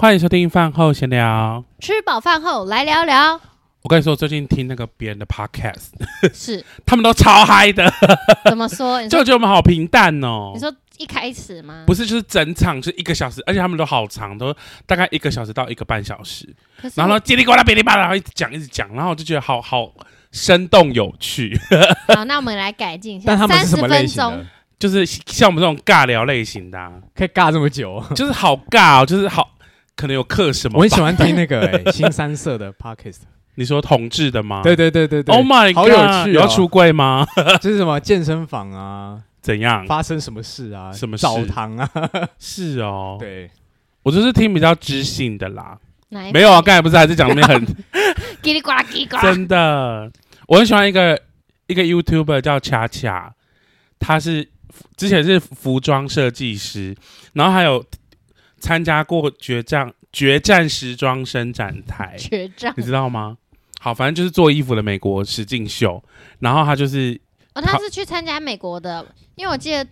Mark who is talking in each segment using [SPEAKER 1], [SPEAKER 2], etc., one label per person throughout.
[SPEAKER 1] 欢迎收听饭后闲聊，
[SPEAKER 2] 吃饱饭后来聊聊。
[SPEAKER 1] 我跟你说，我最近听那个别人的 podcast，
[SPEAKER 2] 是
[SPEAKER 1] 他们都超嗨的。
[SPEAKER 2] 怎么说？
[SPEAKER 1] 就我觉得我们好平淡哦。
[SPEAKER 2] 你说一开始吗？
[SPEAKER 1] 不是，就是整场是1个小时，而且他们都好长，都大概1个小时到1个半小时。然后叽里呱啦、哔哩吧啦，然后一直讲，然后我就觉得好生动有趣。
[SPEAKER 2] 好，那我们来改进一下。
[SPEAKER 3] 但他们是什么类型
[SPEAKER 2] 30分
[SPEAKER 3] 的
[SPEAKER 2] 钟？
[SPEAKER 1] 就是像我们这种尬聊类型的、
[SPEAKER 3] 可以尬这么久？
[SPEAKER 1] 就是好尬哦，就是好可能有课什么吧。
[SPEAKER 3] 我很喜欢听那个新三社的 podcast。
[SPEAKER 1] 你说同志的吗？
[SPEAKER 3] 对。
[SPEAKER 1] Oh my god，
[SPEAKER 3] 好有趣、哦！
[SPEAKER 1] 有要出柜吗？
[SPEAKER 3] 就是什么健身房啊，
[SPEAKER 1] 怎样？
[SPEAKER 3] 发生什么事啊？
[SPEAKER 1] 什么事
[SPEAKER 3] 澡堂啊？
[SPEAKER 1] 是哦，
[SPEAKER 3] 对，
[SPEAKER 1] 我就是听比较知性的啦。
[SPEAKER 2] 哪一
[SPEAKER 1] 没有啊，刚才不是还是讲那边很
[SPEAKER 2] 叽里呱啦叽里呱啦。
[SPEAKER 1] 真的，我很喜欢一个 YouTuber 叫恰恰，他是之前是服装设计师，然后还有参加过决战时装伸展台，
[SPEAKER 2] 决战，
[SPEAKER 1] 你知道吗？好，反正就是做衣服的美国实境秀，然后他就是
[SPEAKER 2] 他是去参加美国的，因为我记得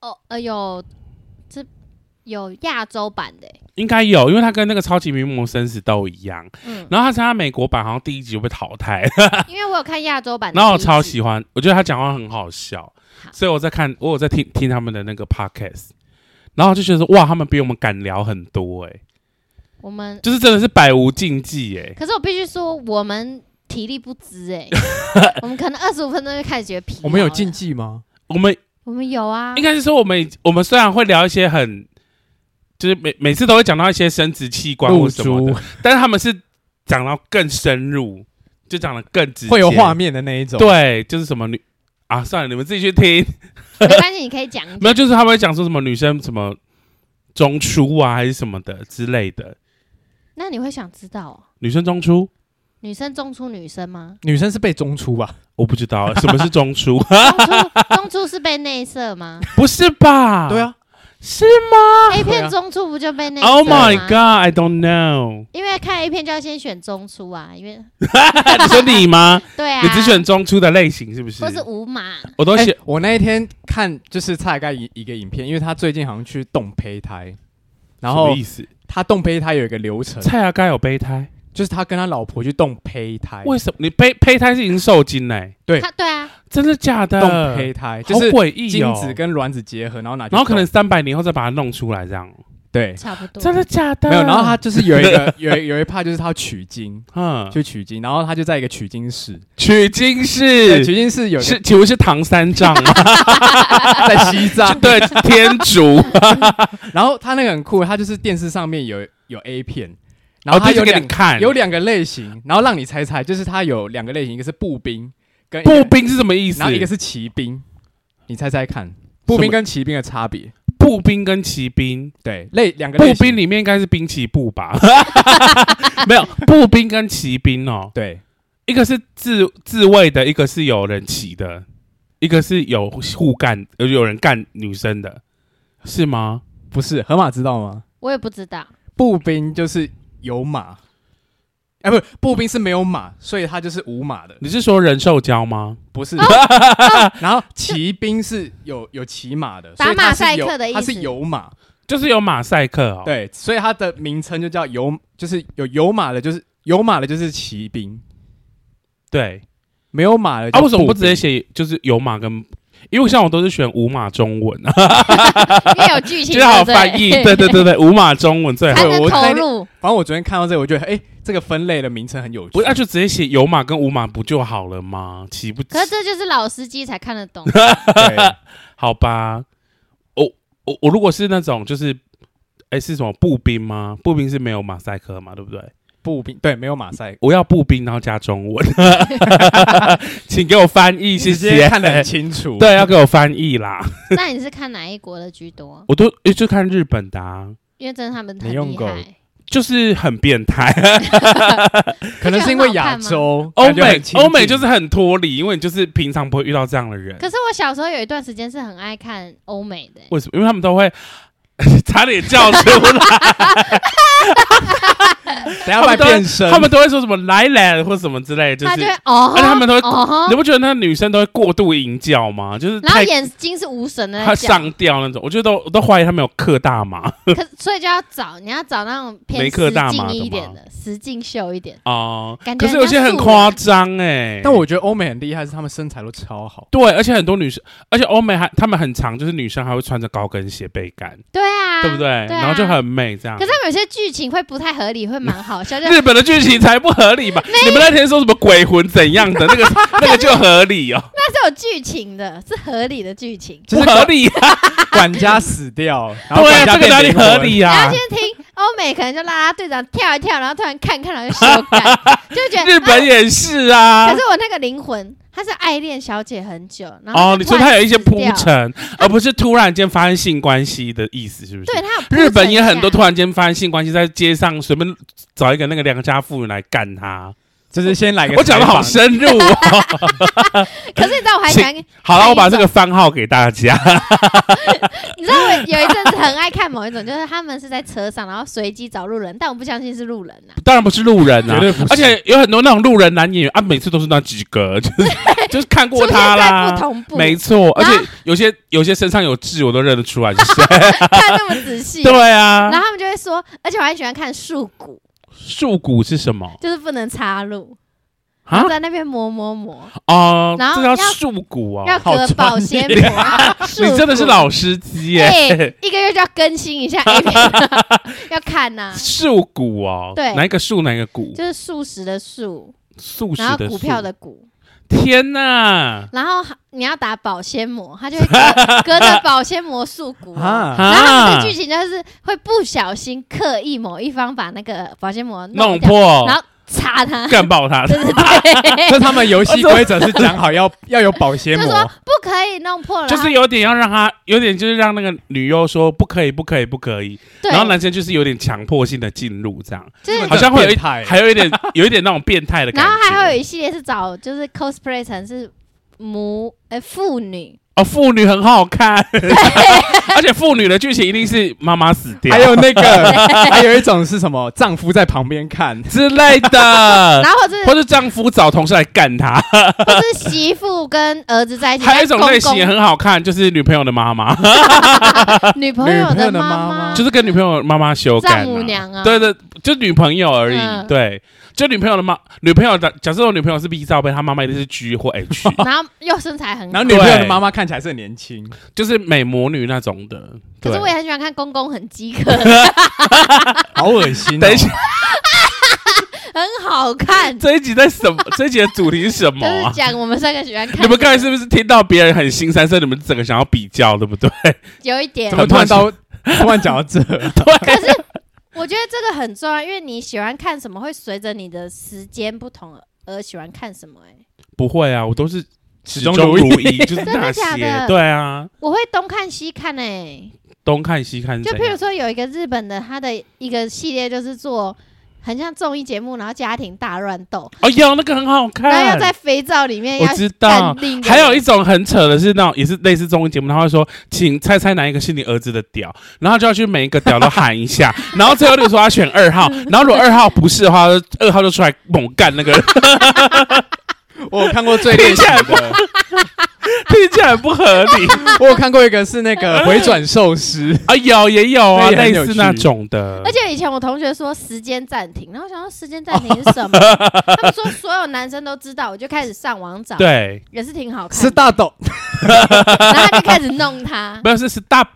[SPEAKER 2] 有亚洲版的，
[SPEAKER 1] 应该有，因为他跟那个超级名模生死斗一样，
[SPEAKER 2] 嗯，
[SPEAKER 1] 然后他参加美国版好像第1集就被淘汰，
[SPEAKER 2] 因为我有看亚洲版的，
[SPEAKER 1] 然后我超喜欢，我觉得他讲话很好笑，所以我有在听他们的那个 podcast， 然后我就觉得说哇，他们比我们敢聊很多
[SPEAKER 2] 我们
[SPEAKER 1] 就是真的是百无禁忌
[SPEAKER 2] 可是我必须说，我们体力不支我们可能25分钟就开始觉得疲劳了。
[SPEAKER 3] 我们有禁忌吗？
[SPEAKER 1] 我们
[SPEAKER 2] 有啊，
[SPEAKER 1] 应该是说我们虽然会聊一些很，就是每次都会讲到一些生殖器官或什么的，但是他们是讲到更深入，就讲得更直接，
[SPEAKER 3] 会有画面的那一种。
[SPEAKER 1] 对，就是什么算了，你们自己去听。
[SPEAKER 2] 没关系，你可以讲。
[SPEAKER 1] 没有，就是他们会讲说什么女生什么中出啊，还是什么的之类的。
[SPEAKER 2] 那你会想知道
[SPEAKER 1] 女生中出？
[SPEAKER 2] 女生中出女生吗？
[SPEAKER 3] 女生是被中出吧？
[SPEAKER 1] 我不知道什么是中出。
[SPEAKER 2] 中出是被内射吗？
[SPEAKER 1] 不是吧？
[SPEAKER 3] 对啊，
[SPEAKER 1] 是吗
[SPEAKER 2] ？A 片中出不就被内射吗
[SPEAKER 1] ？Oh my god, I don't know。
[SPEAKER 2] 因为看 A 片就要先选中出啊，因为
[SPEAKER 1] 你说你吗？
[SPEAKER 2] 对啊，
[SPEAKER 1] 你只选中出的类型是不是？
[SPEAKER 2] 或是无码？
[SPEAKER 1] 我都选。
[SPEAKER 3] 我那一天看就是蔡盖一个影片，因为他最近好像去冻胚胎，然后
[SPEAKER 1] 什么意思？
[SPEAKER 3] 他冻胚胎有一个流程，
[SPEAKER 1] 蔡阿该有胚胎，
[SPEAKER 3] 就是他跟他老婆去冻胚胎。
[SPEAKER 1] 为什么？你胚胎是已经受精嘞？
[SPEAKER 3] 对，
[SPEAKER 2] 对啊，
[SPEAKER 1] 真的假的？
[SPEAKER 3] 冻胚胎就是
[SPEAKER 1] 好诡异哦，
[SPEAKER 3] 精子跟卵子结合，然后
[SPEAKER 1] 然后可能300年后再把它弄出来，这样。
[SPEAKER 3] 对，
[SPEAKER 2] 差不多。
[SPEAKER 1] 真的假的？
[SPEAKER 3] 没有，然后他就是有一趴，就是他要取精，就取精，然后他就在一个取精室，
[SPEAKER 1] 取精室请问是唐三藏吗？
[SPEAKER 3] 在西藏，
[SPEAKER 1] 对，天竺。
[SPEAKER 3] 然后他那个很酷，他就是电视上面有 A 片，然后他有2个类型，然后让你猜，就是他有2个类型，一个是步兵，
[SPEAKER 1] 步兵是什么意思？
[SPEAKER 3] 然后一个是骑兵，你猜猜看，步兵跟骑兵的差别。
[SPEAKER 1] 步兵跟骑兵，
[SPEAKER 3] 对，2个类型。
[SPEAKER 1] 步兵里面应该是兵骑步吧？没有，步兵跟骑兵哦。
[SPEAKER 3] 对，
[SPEAKER 1] 一个是自卫的，一个是有人骑的，一个是有互干，有人干女生的，是吗？
[SPEAKER 3] 不是，河马知道吗？
[SPEAKER 2] 我也不知道。
[SPEAKER 3] 步兵就是有马，不，步兵是没有马，所以他就是无马的。
[SPEAKER 1] 你是说人兽交吗？
[SPEAKER 3] 不是，然后骑兵是有骑马的，
[SPEAKER 2] 打马赛克的意思，
[SPEAKER 3] 他是有马，
[SPEAKER 1] 就是有马赛克哦。
[SPEAKER 3] 对，所以它的名称就叫就是有马的，就是有马的就是骑兵，
[SPEAKER 1] 对，
[SPEAKER 3] 没有马的
[SPEAKER 1] 为什么不直接写就是有马跟？因为像我都是选无码中文
[SPEAKER 2] 因为有剧情，
[SPEAKER 1] 最好翻译。对，无码中文最好。
[SPEAKER 2] 才能投入。
[SPEAKER 3] 反正我昨天看到这个，我觉得这个分类的名称很有趣。
[SPEAKER 1] 不，那就直接写有码跟无码不就好了吗？岂不？
[SPEAKER 2] 可是这就是老司机才看得懂。
[SPEAKER 3] 对，
[SPEAKER 1] 好吧。我如果是那种就是是什么步兵吗？步兵是没有马赛克嘛，对不对？
[SPEAKER 3] 步兵对，没有马赛克。
[SPEAKER 1] 我要步兵，然后加中文，请给我翻译，谢谢。
[SPEAKER 3] 看得很清楚。
[SPEAKER 1] 对，要给我翻译啦。
[SPEAKER 2] 那你是看哪一国的居多？
[SPEAKER 1] 我都就看日本的啊，
[SPEAKER 2] 因为真的他们很厉害，
[SPEAKER 1] 就是很变态。
[SPEAKER 3] 可能是因为亚洲、
[SPEAKER 1] 欧美就是很脱离，因为你就是平常不会遇到这样的人。
[SPEAKER 2] 可是我小时候有一段时间是很爱看欧美的，
[SPEAKER 1] 为什么？因为他们都会差点叫出来。
[SPEAKER 3] 等下会变身，
[SPEAKER 1] 他们都会说什么来了或什么之类，就是，而且他们都会，你不觉得那女生都会过度吟叫吗？就是，
[SPEAKER 2] 然后眼睛是无神的，
[SPEAKER 1] 她上吊那种，我觉得都怀疑他们有嗑大麻。
[SPEAKER 2] 所以就要找，你要找那种偏实境一点的，实境秀一点哦。
[SPEAKER 1] 可是有些很夸张哎，
[SPEAKER 3] 但我觉得欧美很厉害，是他们身材都超好。
[SPEAKER 1] 对，而且很多女生，而且欧美他们很常，就是女生还会穿着高跟鞋背干。
[SPEAKER 2] 对啊，
[SPEAKER 1] 对不对？然后就很美这样。
[SPEAKER 2] 可是他们有些剧情会不太合理，会蛮好笑。
[SPEAKER 1] 日本的剧情才不合理吧？你们那天说什么鬼魂怎样的那个就合理哦。
[SPEAKER 2] 那是有剧情的，是合理的剧情，
[SPEAKER 1] 不合理啊！
[SPEAKER 3] 管家死掉，
[SPEAKER 1] 对啊，这个哪里合理啊？
[SPEAKER 2] 然后先听欧美可能就啦啦队长跳一跳，然后突然看了就修改，就觉得
[SPEAKER 1] 日本也是啊。
[SPEAKER 2] 可是我那个灵魂。他是爱恋小姐很久，然后
[SPEAKER 1] 你说他有一些铺陈，而不是突然间发生性关系的意思，是不是？
[SPEAKER 2] 对，他有
[SPEAKER 1] 日本也很多突然间发生性关系，在街上随便找一个那个良家妇女来干他，
[SPEAKER 3] 就是先来个。
[SPEAKER 1] 我讲的好深入哦。
[SPEAKER 2] 可是你知道我还想
[SPEAKER 1] 好了，我把这个番号给大家。
[SPEAKER 2] 你知道我有一阵子很爱看某一种，就是他们是在车上，然后随机找路人，但我不相信是路人啊。
[SPEAKER 1] 当然不是路人啊，而且有很多那种路人男演员啊，每次都是那几个，就是看过他啦，
[SPEAKER 2] 不同步，
[SPEAKER 1] 没错。而且有些身上有痣，我都认得出来是谁。
[SPEAKER 2] 看那么仔细，
[SPEAKER 1] 对啊。
[SPEAKER 2] 然后他们就会说，而且我还喜欢看束骨。
[SPEAKER 1] 束骨是什么？
[SPEAKER 2] 就是不能插入。然后在那边磨
[SPEAKER 1] 哦，然后这叫束骨哦，
[SPEAKER 2] 要隔保鲜膜。
[SPEAKER 1] 你真的是老司机耶！
[SPEAKER 2] 一个月就要更新一下 A 片，要看呐。
[SPEAKER 1] 束骨哦，对，哪一个束哪一个骨？
[SPEAKER 2] 就是素食的素，
[SPEAKER 1] 素食的素，
[SPEAKER 2] 然后股票的股。
[SPEAKER 1] 天哪！
[SPEAKER 2] 然后你要打保鲜膜，它就会隔着保鲜膜束骨。然后他们的剧情就是会不小心刻意某一方把那个保鲜膜
[SPEAKER 1] 弄破，
[SPEAKER 2] 然后插他，
[SPEAKER 1] 干爆他。
[SPEAKER 2] 对对对，
[SPEAKER 3] 就他们游戏规则是讲好要有保鲜膜，
[SPEAKER 2] 就说不可以弄破了，
[SPEAKER 1] 就是有点要让他，有点就是让那个女优说不可以，不可以，不可以。然后男生就是有点强迫性的进入，这样，就是好像会还有一点那种变态的感觉。
[SPEAKER 2] 然后还会有一系列是找就是 cosplay 成是妇女。
[SPEAKER 1] 哦，妇女很好看，而且妇女的剧情一定是妈妈死掉，
[SPEAKER 3] 还有那个，还有一种是什么，丈夫在旁边看
[SPEAKER 1] 之类的，
[SPEAKER 2] 然后
[SPEAKER 1] 或是丈夫找同事来干他，
[SPEAKER 2] 或是媳妇跟儿子在一起。
[SPEAKER 1] 还有一种类型也很好看，就是女朋友的妈妈，
[SPEAKER 2] 女朋友的妈妈，
[SPEAKER 1] 就是跟女朋友妈妈修改，
[SPEAKER 2] 丈母娘啊，
[SPEAKER 1] 对对，就女朋友而已，对。就女朋友的假设我女朋友是 B 罩杯，她妈妈一定是 G 或 H，
[SPEAKER 2] 然后又身材很好，
[SPEAKER 3] 然后女朋友的妈妈看起来是很年轻，
[SPEAKER 1] 就是美魔女那种的。
[SPEAKER 2] 可是我也很喜欢看公公很饥渴，
[SPEAKER 3] 好恶心。
[SPEAKER 1] 等一下，
[SPEAKER 2] 很好看。
[SPEAKER 1] 这一集在什么？这一集的主题是什么？
[SPEAKER 2] 就是讲我们三个喜欢看。
[SPEAKER 1] 你们刚才是不是听到别人很心酸，所以你们整个想要比较，对不对？
[SPEAKER 2] 有一点。
[SPEAKER 3] 怎么突然讲到这？
[SPEAKER 2] 对，可是。我觉得这个很重要，因为你喜欢看什么，会随着你的时间不同而喜欢看什么。
[SPEAKER 1] 不会啊，我都是始终如一，就是那些。真的假的？对啊，
[SPEAKER 2] 我会东看西看
[SPEAKER 1] 东看西看。
[SPEAKER 2] 就譬如说有一个日本的，他的一个系列就是做很像综艺节目，然后家庭大乱斗。
[SPEAKER 1] 哦哟，那个很好看。
[SPEAKER 2] 然后要在肥皂里面，
[SPEAKER 1] 我知道。还有一种很扯的是那种也是类似综艺节目，然后说请猜猜哪一个是你儿子的屌，然后就要去每一个屌都喊一下，然后最后就说他选2号，然后如果2号不是的话，2号就出来猛干那个人。
[SPEAKER 3] 我有看过最猎奇的。
[SPEAKER 1] 听起来很不合理。
[SPEAKER 3] 我有看过一个是那个回转寿司
[SPEAKER 1] 啊，也有啊，类似那种的。
[SPEAKER 2] 而且以前我同学说时间暂停，然后我想说时间暂停是什么？他们说所有男生都知道，我就开始上网找，
[SPEAKER 1] 对，
[SPEAKER 2] 也是挺好看的。
[SPEAKER 3] 是大斗，
[SPEAKER 2] 然后他就开始弄他，
[SPEAKER 1] 没有是 stop，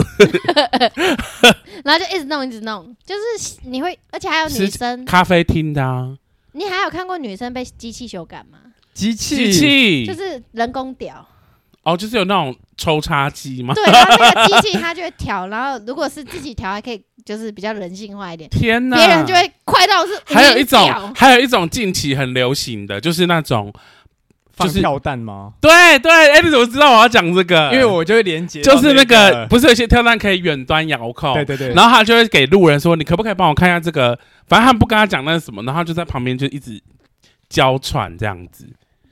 [SPEAKER 2] 然后就一直弄，就是你会，而且还有女生
[SPEAKER 1] 咖啡厅的啊。
[SPEAKER 2] 你还有看过女生被机器修改吗？
[SPEAKER 3] 机器
[SPEAKER 2] 就是人工屌
[SPEAKER 1] 哦，就是有那种抽插机吗？
[SPEAKER 2] 对，然后那个机器它就会调，然后如果是自己调，还可以就是比较人性化一点。
[SPEAKER 1] 天哪，
[SPEAKER 2] 别人就会快到是。
[SPEAKER 1] 还有一种近期很流行的，就是那种
[SPEAKER 3] 放跳蛋吗？
[SPEAKER 1] 对，你怎么知道我要讲这个？
[SPEAKER 3] 因为我就会连接，
[SPEAKER 1] 就是那个不是有些跳蛋可以远端遥控，
[SPEAKER 3] 对，
[SPEAKER 1] 然后他就会给路人说，你可不可以帮我看一下这个？反正他们不跟他讲那是什么，然后就在旁边就一直娇喘这样子。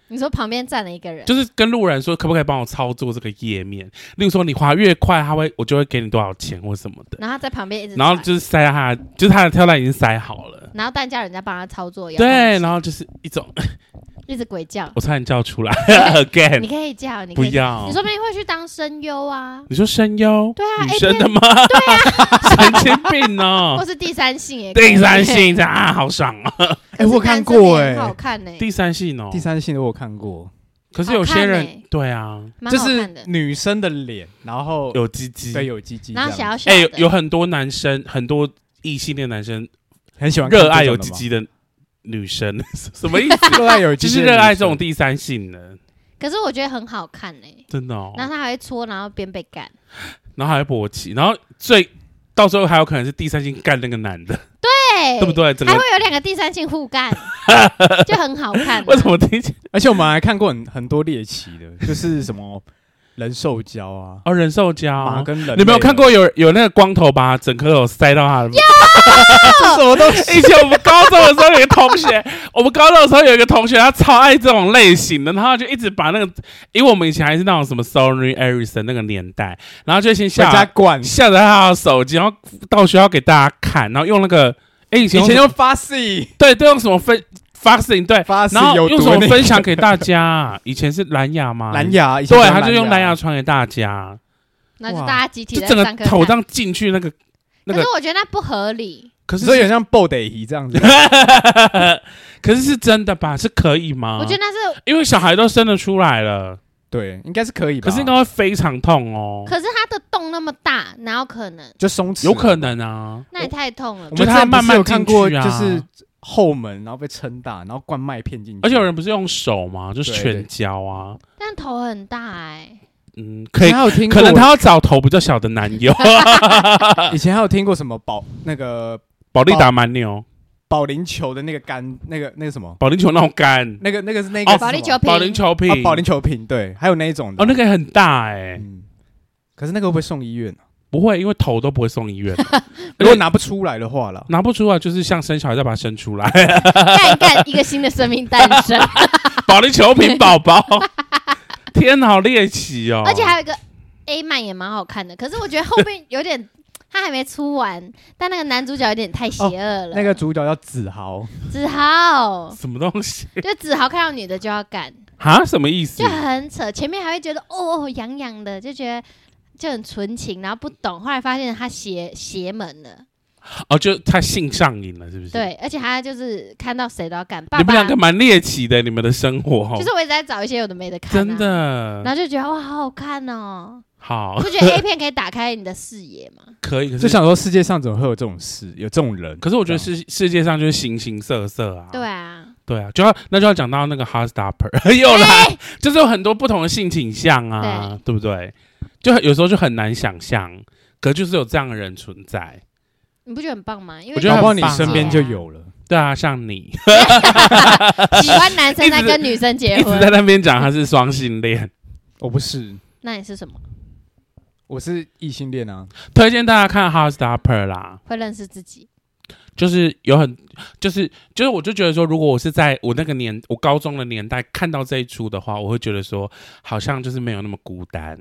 [SPEAKER 2] 你说旁边站了一个人，
[SPEAKER 1] 就是跟路人说可不可以帮我操作这个页面？例如说你滑越快，我就会给你多少钱或什么的。
[SPEAKER 2] 然后他在旁边一直，
[SPEAKER 1] 然后就是塞他，就是他的跳蛋已经塞好了，
[SPEAKER 2] 然后但叫人家帮他操作。
[SPEAKER 1] 对，然后就是一种
[SPEAKER 2] 一直鬼叫，
[SPEAKER 1] 我差点叫出来 again。
[SPEAKER 2] 你可以叫，
[SPEAKER 1] 不要，
[SPEAKER 2] 你说不定会去当声优啊？
[SPEAKER 1] 你说声优？
[SPEAKER 2] 对啊，
[SPEAKER 1] 女生的吗？
[SPEAKER 2] 对啊，
[SPEAKER 1] 神经病哦！
[SPEAKER 2] 或是第三性也
[SPEAKER 1] 第三性啊，好爽啊！
[SPEAKER 2] 我
[SPEAKER 3] 有看过
[SPEAKER 2] 很好看呢。
[SPEAKER 1] 第三性哦，
[SPEAKER 3] 第三性的我有看过。
[SPEAKER 1] 可是有些人对啊，
[SPEAKER 3] 就是女生的脸，然后
[SPEAKER 1] 有鸡鸡，
[SPEAKER 3] 对，有鸡鸡，
[SPEAKER 2] 然后小小的。
[SPEAKER 1] 有很多男生，很多异性恋男生
[SPEAKER 3] 很喜欢
[SPEAKER 1] 热爱有鸡鸡的女生，什么意思？
[SPEAKER 3] 热爱有鸡鸡，
[SPEAKER 1] 就是热爱这种第三性的。
[SPEAKER 2] 可是我觉得很好看
[SPEAKER 1] 真的哦。
[SPEAKER 2] 然后他还会搓，然后边被干，
[SPEAKER 1] 然后还会勃起，然后到时候还有可能是第三性干那个男的。对不对？
[SPEAKER 2] 还会有2个第三性互干，就很好看。
[SPEAKER 1] 为什么听起来？
[SPEAKER 3] 而且我们还看过很多猎奇的，就是什么人兽交啊，
[SPEAKER 1] 人兽交，
[SPEAKER 3] 马跟人。
[SPEAKER 1] 你没有看过有那个光头把整颗头塞到他的？
[SPEAKER 3] 这什么东西？
[SPEAKER 1] 以前我们高中的时候有一个同学，他超爱这种类型的，然后就一直把那个，因为我们以前还是那种什么 Sony Ericsson 那个年代，然后就先下着他的手机，然后到学校给大家看，然后用那个。以前
[SPEAKER 3] 用Foxy，
[SPEAKER 1] 对，用什么Foxy 对，然后用什么分享给大家？以前是蓝牙吗？
[SPEAKER 3] 蓝牙，
[SPEAKER 1] 对，他就用蓝牙传给大家，
[SPEAKER 2] 那就大家集体
[SPEAKER 1] 就整个头这样进去那个。
[SPEAKER 2] 可是我觉得那不合理，
[SPEAKER 1] 可是
[SPEAKER 3] 有点像布袋戏这样子。
[SPEAKER 1] 可是是真的吧？是可以吗？
[SPEAKER 2] 我觉得那是
[SPEAKER 1] 因为小孩都生得出来了。
[SPEAKER 3] 对，应该是可以吧。
[SPEAKER 1] 可是应该会非常痛哦。
[SPEAKER 2] 可是它的洞那么大，哪有可能？
[SPEAKER 3] 就松弛，
[SPEAKER 1] 有可能啊。
[SPEAKER 2] 那也太痛了。
[SPEAKER 3] 我们
[SPEAKER 1] 他慢慢
[SPEAKER 3] 有看过，就是后门，然后被撑大，然后灌麦片进去。
[SPEAKER 1] 而且有人不是用手吗？就是全胶啊。
[SPEAKER 2] 但头很大
[SPEAKER 1] 可以。可能他要找头比较小的男友。
[SPEAKER 3] 以前还有听过什么保
[SPEAKER 1] 利达蛮牛。
[SPEAKER 3] 保龄球的那个杆，那个什么？
[SPEAKER 1] 保龄球那种杆，
[SPEAKER 3] 那个是那个
[SPEAKER 2] 保龄球瓶，
[SPEAKER 3] 保龄球瓶，对，还有那一种的。
[SPEAKER 1] 那个很大
[SPEAKER 3] 可是那个会不会送医院啊？
[SPEAKER 1] 不会，因为头都不会送医院。
[SPEAKER 3] 如果拿不出来的话啦，
[SPEAKER 1] 拿不出来就是像生小孩再把它生出来，
[SPEAKER 2] 干一个新的生命诞生。
[SPEAKER 1] 保龄球瓶宝宝，天哪，好猎奇哦！
[SPEAKER 2] 而且还有一个 A 漫也蛮好看的，可是我觉得后面有点。他还没出完，但那个男主角有点太邪恶了。
[SPEAKER 3] 那个主角叫子豪，
[SPEAKER 1] 什么东西？
[SPEAKER 2] 就子豪看到女的就要干
[SPEAKER 1] 啊？什么意思？
[SPEAKER 2] 就很扯，前面还会觉得痒痒的，就觉得就很纯情，然后不懂，后来发现他邪门了。
[SPEAKER 1] 就他性上瘾了，是不是？
[SPEAKER 2] 对，而且他就是看到谁都要干。
[SPEAKER 1] 你们两个蛮猎奇的，你们的生活。
[SPEAKER 2] 就是我一直在找一些有的没的看，
[SPEAKER 1] 真的。
[SPEAKER 2] 然后就觉得哇，好好看哦。
[SPEAKER 1] 好，
[SPEAKER 2] 不觉得 A 片可以打开你的视野吗？
[SPEAKER 1] 可以，可是
[SPEAKER 3] 就想说世界上怎么会有这种事，有这种人？
[SPEAKER 1] 可是我觉得世界上就是形形色色啊。
[SPEAKER 2] 对啊，
[SPEAKER 1] 那就要讲到那个 Heartstopper 又来，就是有很多不同的性倾向啊，对不对？就有时候就很难想象，可就是有这样的人存在。
[SPEAKER 2] 你不觉得很棒吗？因为
[SPEAKER 1] 我觉得
[SPEAKER 3] 搞不好你身边就有了。
[SPEAKER 1] 对啊，像你
[SPEAKER 2] 喜欢男生在跟女生结婚，
[SPEAKER 1] 一直在那边讲他是双性恋。
[SPEAKER 3] 我不是。
[SPEAKER 2] 那你是什么？
[SPEAKER 3] 我是异性恋啊，
[SPEAKER 1] 推荐大家看 Heartstopper 啦，
[SPEAKER 2] 会认识自己。
[SPEAKER 1] 就是我就觉得说，如果我是在我高中的年代看到这一出的话，我会觉得说，好像就是没有那么孤单。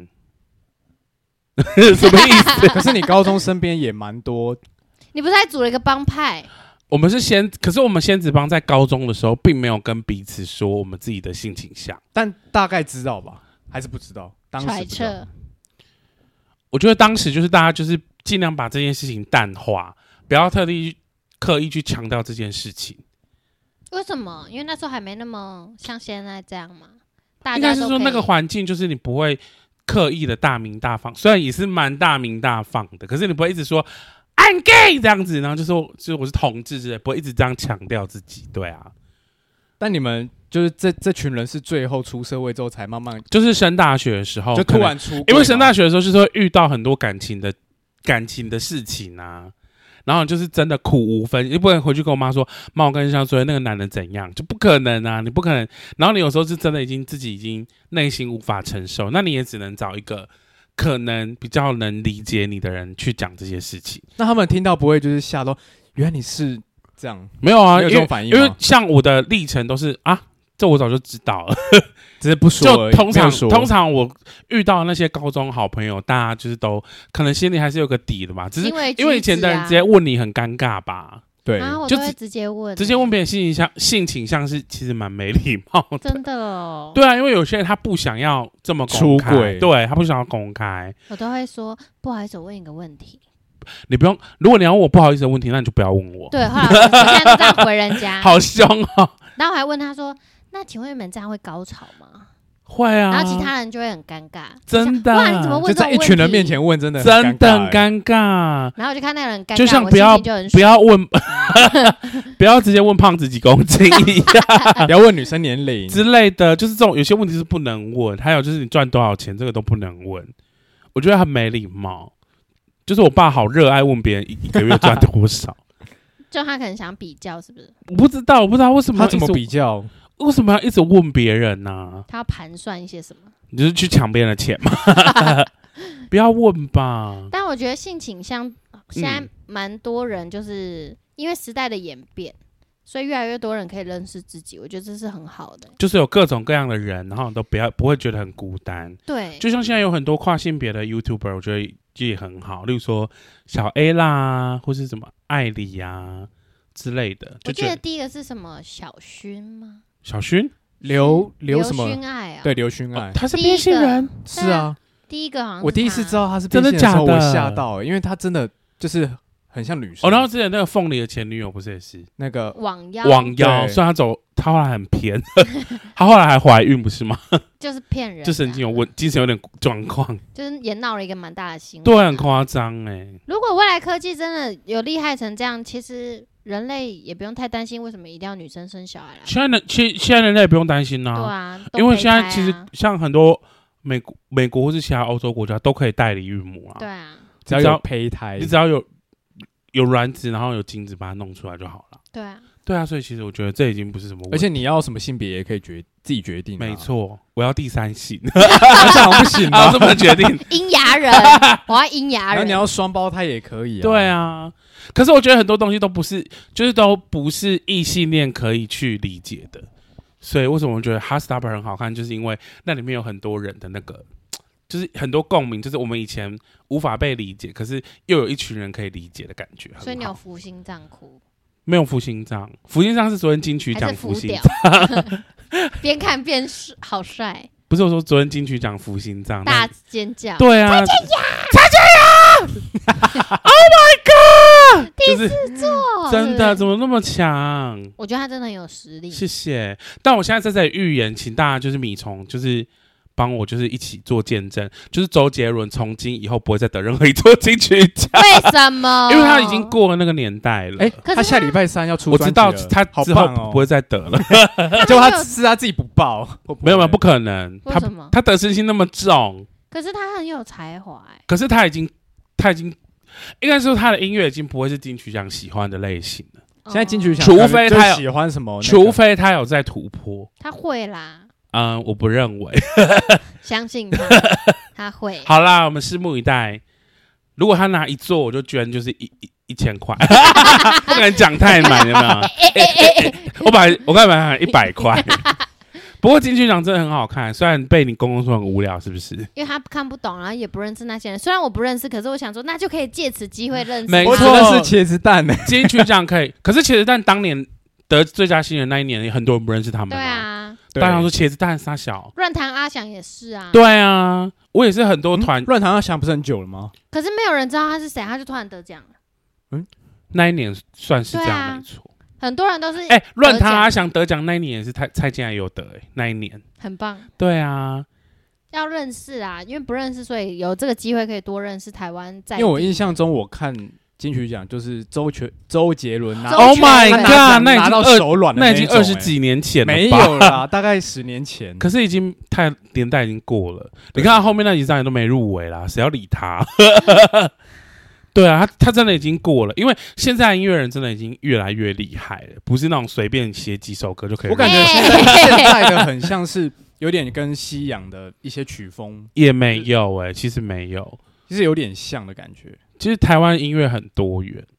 [SPEAKER 1] 什么意思？
[SPEAKER 3] 可是你高中身边也蛮多，
[SPEAKER 2] 你不是还组了一个帮派？
[SPEAKER 1] 可是我们仙子帮在高中的时候，并没有跟彼此说我们自己的性倾向，
[SPEAKER 3] 但大概知道吧？还是不知道？
[SPEAKER 2] 揣测。
[SPEAKER 1] 我觉得当时就是大家就是尽量把这件事情淡化，不要刻意去强调这件事情。
[SPEAKER 2] 为什么？因为那时候还没那么像现在这样嘛。
[SPEAKER 1] 应该是说那个环境就是你不会刻意的大鸣大放，虽然也是蛮大鸣大放的，可是你不会一直说 I'm gay 这样子，然后就说我是同志之类，不会一直这样强调自己。对啊，
[SPEAKER 3] 但你们就是这群人是最后出社会之后才慢慢，
[SPEAKER 1] 就是升大学的时候
[SPEAKER 3] 就突然出柜，
[SPEAKER 1] 因为升大学的时候就是会遇到很多感情的事情啊，然后就是真的苦无分，你不能回去跟我妈说，妈我跟你讲说那个男人怎样，就不可能啊，你不可能。然后你有时候是真的自己已经内心无法承受，那你也只能找一个可能比较能理解你的人去讲这些事情。
[SPEAKER 3] 那他们听到不会就是吓到，原来你是这样？
[SPEAKER 1] 没有啊，
[SPEAKER 3] 没有这种反应吗？
[SPEAKER 1] 因为像我的历程都是啊， 这我早就知道了，
[SPEAKER 3] 只是不说而已。
[SPEAKER 1] 就通常我遇到那些高中好朋友，大家就是都可能心里还是有个底的吧，只是因为以前的人直接问你很尴尬吧。
[SPEAKER 3] 对，
[SPEAKER 2] 我都会直接问
[SPEAKER 1] 别人性倾向是其实蛮没礼貌的，
[SPEAKER 2] 真的哦。
[SPEAKER 1] 对啊，因为有些人他不想要这么公开，出轨，对他不想要公开，
[SPEAKER 2] 我都会说不好意思，我问一个问题。
[SPEAKER 1] 你不用，如果你要问我不好意思的问题，那你就不要问我。
[SPEAKER 2] 对，后来我现在都这样回人家，
[SPEAKER 1] 好凶哦。
[SPEAKER 2] 然后我还问他说：“那请问你们这样会高潮吗？”
[SPEAKER 1] 会啊，
[SPEAKER 2] 然后其他人就会很尴尬，
[SPEAKER 1] 真的。
[SPEAKER 2] 哇，你怎么问这种问题？
[SPEAKER 3] 就在一群人面前问，真的很
[SPEAKER 1] 尴尬。
[SPEAKER 2] 然后我就看那个人尴尬，
[SPEAKER 1] 就像不要问，不要直接问胖子几公斤一样，
[SPEAKER 3] 不要问女生年龄
[SPEAKER 1] 之类的，就是这种有些问题是不能问。还有就是你赚多少钱，这个都不能问，我觉得很没礼貌。就是我爸好热爱问别人一个月赚多少，
[SPEAKER 2] 就他可能想比较，是不是？
[SPEAKER 1] 我不知道为什么
[SPEAKER 3] 他怎么比较。
[SPEAKER 1] 为什么要一直问别人呢？
[SPEAKER 2] 他要盘算一些什么？
[SPEAKER 1] 你就是去抢别人的钱吗？不要问吧。
[SPEAKER 2] 但我觉得性倾向现在蛮多人，就是因为时代的演变，所以越来越多人可以认识自己。我觉得这是很好的，
[SPEAKER 1] 就是有各种各样的人，然后都不会觉得很孤单。
[SPEAKER 2] 对，
[SPEAKER 1] 就像现在有很多跨性别的 YouTuber， 我觉得也很好。例如说小 A 啦，或是什么艾里呀之类的。
[SPEAKER 2] 我记得第一个是什么小薰吗？
[SPEAKER 1] 小薰
[SPEAKER 3] 刘什么？
[SPEAKER 2] 薰爱啊，
[SPEAKER 3] 对，刘薰爱，
[SPEAKER 1] 他是变性人，
[SPEAKER 3] 是啊，
[SPEAKER 2] 第一个好像
[SPEAKER 3] 我第一次知道他是变性的时候，我吓到，因为他真的就是很像女生。
[SPEAKER 1] 然后之前那个凤梨的前女友不是也是
[SPEAKER 3] 那个
[SPEAKER 2] 网妖，
[SPEAKER 1] 虽然他后来很偏，他后来还怀孕不是吗？
[SPEAKER 2] 就是骗人，
[SPEAKER 1] 就神经精神有点状况，
[SPEAKER 2] 就是也闹了一个蛮大的新闻，
[SPEAKER 1] 对，很夸张
[SPEAKER 2] 如果未来科技真的有厉害成这样，其实人类也不用太担心，为什么一定要女生生小孩啦？
[SPEAKER 1] 现在人类也不用担心啦，
[SPEAKER 2] 对啊，
[SPEAKER 1] 因为现在其实像很多美国或是其他欧洲国家都可以代理孕母啊，
[SPEAKER 2] 对啊，
[SPEAKER 3] 只要有胚胎，
[SPEAKER 1] 你只要有卵子，然后有精子把它弄出来就好了。
[SPEAKER 2] 对啊，
[SPEAKER 1] 所以其实我觉得这已经不是什么问题，
[SPEAKER 3] 而且你要什么性别也可以自己决定。
[SPEAKER 1] 没错，我要第三性，
[SPEAKER 3] 这样不行啊，
[SPEAKER 1] 这么决定。
[SPEAKER 2] 阴阳人，我要阴阳人。
[SPEAKER 3] 那你要双胞胎也可以啊。
[SPEAKER 1] 对啊，可是我觉得很多东西都不是异性恋可以去理解的。所以为什么我觉得《Heartstopper》很好看，就是因为那里面有很多人的那个，就是很多共鸣，就是我们以前无法被理解，可是又有一群人可以理解的感觉。
[SPEAKER 2] 所以你有服心脏哭？
[SPEAKER 1] 没有服心脏，服心脏是昨天金曲奖服心脏，
[SPEAKER 2] 边看边好帅。
[SPEAKER 1] 不是我说昨天金曲奖服心脏，
[SPEAKER 2] 大尖叫。
[SPEAKER 1] 对啊，蔡健雅 ，Oh my God，
[SPEAKER 2] 第四座，
[SPEAKER 1] 真的怎么那么强？
[SPEAKER 2] 我觉得他真的很有实力。
[SPEAKER 1] 谢谢。但我现在在这里预言，请大家就是米虫，就是帮我就是一起做见证，就是周杰伦从今以后不会再得任何一座金曲奖。
[SPEAKER 2] 为什么？
[SPEAKER 1] 因为他已经过了那个年代了。
[SPEAKER 3] 他下礼拜3要出专辑了，
[SPEAKER 1] 我知道他之后不会再得了。
[SPEAKER 3] 结果他自己不报，
[SPEAKER 1] 没有不可能。
[SPEAKER 2] 为什么？
[SPEAKER 1] 他得失心那么重。
[SPEAKER 2] 可是他很有才华
[SPEAKER 1] 可是他已经应该说他的音乐已经不会是金曲奖喜欢的类型了。
[SPEAKER 3] 现在金曲奖，
[SPEAKER 1] 除非他
[SPEAKER 3] 喜欢什么，
[SPEAKER 1] 除非他有在突破。
[SPEAKER 2] 他会啦。
[SPEAKER 1] 我不认为。
[SPEAKER 2] 相信他会。
[SPEAKER 1] 好啦，我们拭目以待。如果他拿1座，我就捐就是1000块，不敢讲太满，有没有？我刚才讲100块。不过金曲奖真的很好看，虽然被你公公说很无聊，是不是？
[SPEAKER 2] 因为他看不懂，然后也不认识那些人。虽然我不认识，可是我想说，那就可以借此机会认识。
[SPEAKER 1] 没错，
[SPEAKER 3] 我真的是茄子蛋呢。
[SPEAKER 1] 金曲奖可以，可是茄子蛋当年得最佳新人那一年，很多人不认识他们。
[SPEAKER 2] 对啊，
[SPEAKER 1] 大家说茄子蛋傻小。
[SPEAKER 2] 乱弹阿翔也是啊。
[SPEAKER 1] 对啊，我也是很多团。
[SPEAKER 3] 乱弹阿翔不是很久了吗？
[SPEAKER 2] 可是没有人知道他是谁，他就突然得奖了。
[SPEAKER 1] 那一年算是这样，没错。
[SPEAKER 2] 很多人都是
[SPEAKER 1] 乱弹阿翔得奖那一年也是蔡健雅也有得那一年
[SPEAKER 2] 很棒。
[SPEAKER 1] 对啊，
[SPEAKER 2] 要认识啊，因为不认识，所以有这个机会可以多认识台湾在地。
[SPEAKER 3] 因为我印象中，我看金曲奖就是周杰伦拿
[SPEAKER 1] ，Oh my God，
[SPEAKER 3] 拿到手软的
[SPEAKER 1] 那已经20几年前了吧？
[SPEAKER 3] 没有啦，大概10年前。
[SPEAKER 1] 可是已经年代已经过了，你看后面那几张也都没入围啦，谁要理他？对啊，他真的已经过了，因为现在音乐人真的已经越来越厉害了，不是那种随便写几首歌就可以。
[SPEAKER 3] 我感觉现在的很像是有点跟西洋的一些曲风
[SPEAKER 1] 也没有其实没有，
[SPEAKER 3] 其实有点像的感觉。
[SPEAKER 1] 其实台湾音乐很多元，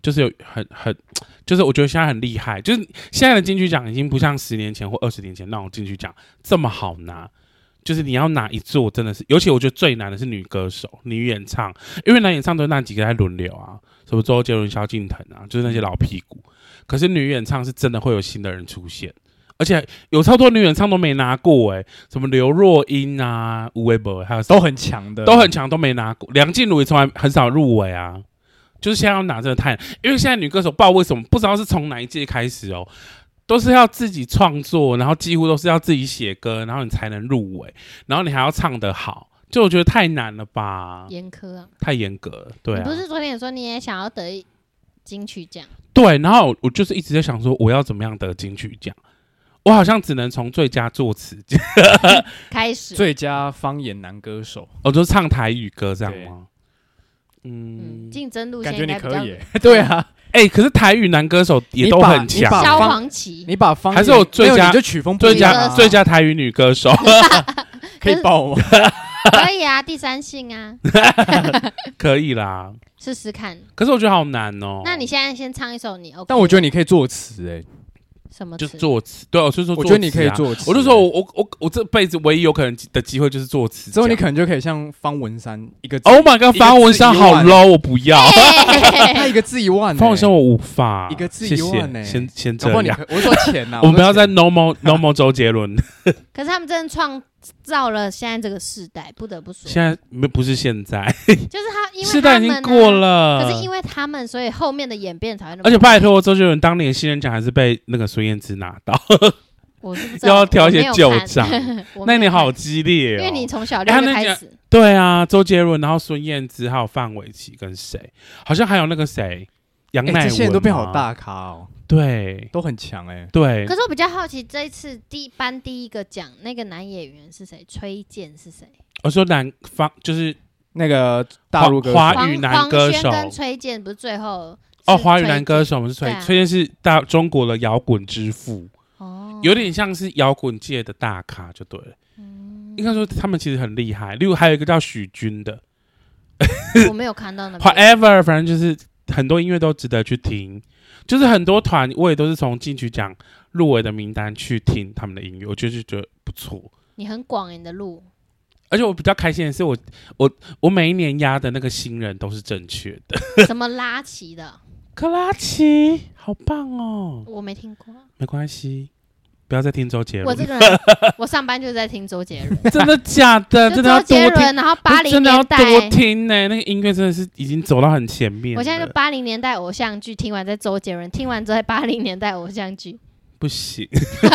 [SPEAKER 1] 就是有很，就是我觉得现在很厉害，就是现在的金曲奖已经不像10年前或20年前那种金曲奖这么好拿。就是你要拿一座真的是，尤其我觉得最难的是女歌手、女演唱，因为男演唱都是那几个在轮流啊，什么周杰伦、萧敬腾啊，就是那些老屁股。可是女演唱是真的会有新的人出现，而且有超多女演唱都没拿过什么刘若英啊、吴微博，还有
[SPEAKER 3] 都很强的，
[SPEAKER 1] 都很强，都没拿过。梁静茹也从来很少入围啊，就是现在要拿真的太难，因为现在女歌手不知道为什么，不知道是从哪一届开始都是要自己创作，然后几乎都是要自己写歌，然后你才能入围，然后你还要唱得好，就我觉得太难了吧？
[SPEAKER 2] 严苛啊，
[SPEAKER 1] 太严格了。对啊，
[SPEAKER 2] 你不是昨天也说你也想要得金曲奖？
[SPEAKER 1] 对，然后我就是一直在想说，我要怎么样得金曲奖？我好像只能从最佳作词
[SPEAKER 2] 开始，
[SPEAKER 3] 最佳方言男歌手，
[SPEAKER 1] 就唱台语歌这样吗？
[SPEAKER 2] 竞争路线
[SPEAKER 3] 感觉你可以
[SPEAKER 2] 对
[SPEAKER 3] 啊。
[SPEAKER 1] 可是台语男歌手也都很强。
[SPEAKER 2] 萧煌奇，
[SPEAKER 3] 你把方言
[SPEAKER 1] 还是有最佳，
[SPEAKER 3] 你就曲风
[SPEAKER 1] 最佳台语女歌手，
[SPEAKER 3] 可以报吗？
[SPEAKER 2] 可以啊，第三性啊，
[SPEAKER 1] 可以啦，
[SPEAKER 2] 试试看。
[SPEAKER 1] 可是我觉得好难哦。
[SPEAKER 2] 那你现在先唱一首你 OK？
[SPEAKER 3] 但我觉得你可以作词
[SPEAKER 2] 什么词？
[SPEAKER 1] 就作词，对，我就说，
[SPEAKER 3] 我觉得你可以作词。
[SPEAKER 1] 我就说我这辈子唯一有可能的机会就是作词，
[SPEAKER 3] 之后你可能就可以像方文山一个
[SPEAKER 1] ，Oh my god， 方文山好 low， 我不要，
[SPEAKER 3] 他一个字1万，
[SPEAKER 1] 方文山我无法，
[SPEAKER 3] 一个字1万
[SPEAKER 1] 先这样，
[SPEAKER 3] 我说钱啊，
[SPEAKER 1] 我们不要再 normal 周杰伦。
[SPEAKER 2] 可是他们真的创造了现在这个世代，不得不说，
[SPEAKER 1] 现在不是现在，
[SPEAKER 2] 就是他，因为
[SPEAKER 1] 世代已经过了，
[SPEAKER 2] 可是因为他们，所以后面的演变才会那么。
[SPEAKER 1] 而且拜托，周杰伦当年新人奖还是被那个孙燕姿拿到，
[SPEAKER 2] 我是不知道，
[SPEAKER 1] 要挑一些旧账。那年好激烈
[SPEAKER 2] 因为你从小6就开始。
[SPEAKER 1] 对啊，周杰伦，然后孙燕姿，还有范玮琪跟谁，好像还有那个谁，杨乃文，
[SPEAKER 3] 这些人都变好大咖哦。
[SPEAKER 1] 对，
[SPEAKER 3] 都很强
[SPEAKER 1] 对。
[SPEAKER 2] 可是我比较好奇，这一次颁第一个奖，那个男演员是谁？崔健是谁？
[SPEAKER 1] 我说南方就是
[SPEAKER 3] 那个大陆
[SPEAKER 1] 华语男歌手，
[SPEAKER 2] 黄轩跟崔健不是最后
[SPEAKER 1] 华语男歌手我们是崔健是中国的摇滚之父有点像是摇滚界的大咖就对了。应该说他们其实很厉害，例如还有一个叫许君的，
[SPEAKER 2] 我没有看到那个。
[SPEAKER 1] Whatever， 反正就是很多音乐都值得去听。就是很多团我也都是从金曲奖入围的名单去听他们的音乐，我觉得不错。
[SPEAKER 2] 你很广你的路，
[SPEAKER 1] 而且我比较开心的是我每一年压的那个新人都是正确的。
[SPEAKER 2] 什么拉齐的？
[SPEAKER 1] 克拉奇，好棒哦！
[SPEAKER 2] 我没听过，
[SPEAKER 1] 没关系，不要再听周杰伦。
[SPEAKER 2] 我这个人，我上班就是在听周杰伦。
[SPEAKER 1] 真的假的？真的要多听。
[SPEAKER 2] 周杰伦，然后80年代，
[SPEAKER 1] 真的要多听呢。那个音乐真的是已经走到很前面。
[SPEAKER 2] 我现在就80年代偶像剧，听完再周杰伦，听完之后80年代偶像剧。
[SPEAKER 1] 不行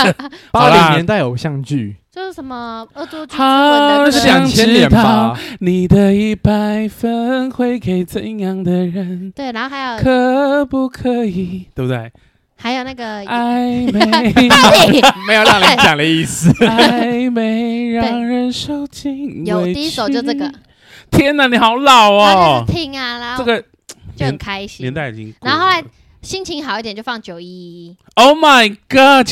[SPEAKER 3] ，80年代偶像剧
[SPEAKER 2] 就是什么恶作剧之吻的
[SPEAKER 3] 2000年吧？
[SPEAKER 1] 你的100分会给怎样的人？
[SPEAKER 2] 对，然后还有
[SPEAKER 1] 可不可以，对不对？
[SPEAKER 2] 还有那个
[SPEAKER 1] 暧昧，
[SPEAKER 3] 没有让人讲的意思。
[SPEAKER 1] 暧昧让人受尽委屈。
[SPEAKER 2] 有第一首就这个。
[SPEAKER 1] 天哪，你好老哦！
[SPEAKER 2] 然后就是听啊，然后
[SPEAKER 1] 这个
[SPEAKER 2] 就很开心。
[SPEAKER 1] 年代已经过了，
[SPEAKER 2] 然后后来心情好一点就放911。
[SPEAKER 1] Oh my god，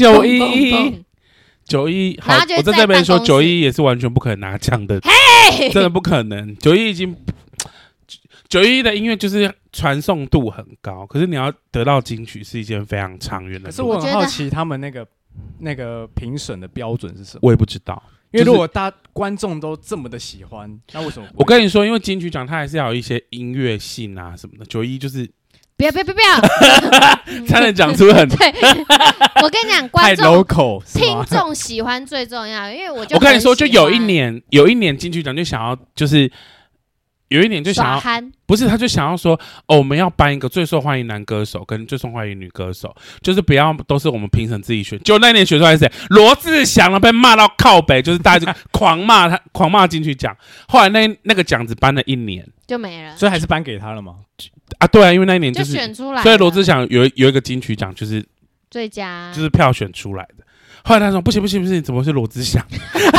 [SPEAKER 1] 911，好，我在这边说911也是完全不可能拿奖的，真的不可能。911的音乐就是传送度很高，可是你要得到金曲是一件非常长远的。
[SPEAKER 3] 可是我很好奇他们那个评审的标准是什么？
[SPEAKER 1] 我也不知道，
[SPEAKER 3] 因为如果观众都这么的喜欢，那为什么？
[SPEAKER 1] 我跟你说，因为金曲奖它还是要有一些音乐性啊什么的。911就是
[SPEAKER 2] 不要，
[SPEAKER 1] 才能讲出很
[SPEAKER 2] 对。我跟你讲，观众、听众喜欢最重要，因为我
[SPEAKER 1] 跟你说，就有一年金曲奖就想要就是有一年就想要不是，他就想要说我们要颁一个最受欢迎男歌手跟最受欢迎女歌手，就是不要都是我们评审自己选。就那年选出来是谁？罗志祥了，被骂到靠北，就是大家就狂骂他，狂骂金曲奖。后来那个奖只颁了1年
[SPEAKER 2] 就没了，
[SPEAKER 3] 所以还是颁给他了吗？
[SPEAKER 1] 啊，对啊，因为那一年就是
[SPEAKER 2] 选出来，
[SPEAKER 1] 所以罗志祥有一个金曲奖就是
[SPEAKER 2] 最佳，
[SPEAKER 1] 就是票选出来的。后来他说不行，怎么是罗志祥？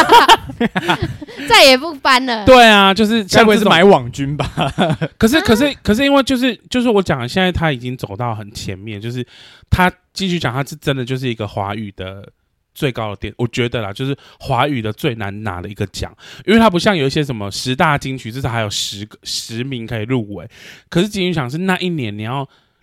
[SPEAKER 2] 再也不颁了。
[SPEAKER 1] 对啊，就是
[SPEAKER 3] 该不会是买网军吧？
[SPEAKER 1] 可是因为就是我讲的，现在他已经走到很前面，就是他金曲奖他是真的就是一个华语的最高的点，我觉得啦，就是华语的最难拿的一个奖，因为它不像有一些什么10大金曲，至少还有10名可以入围。可是金曲奖是那一年你要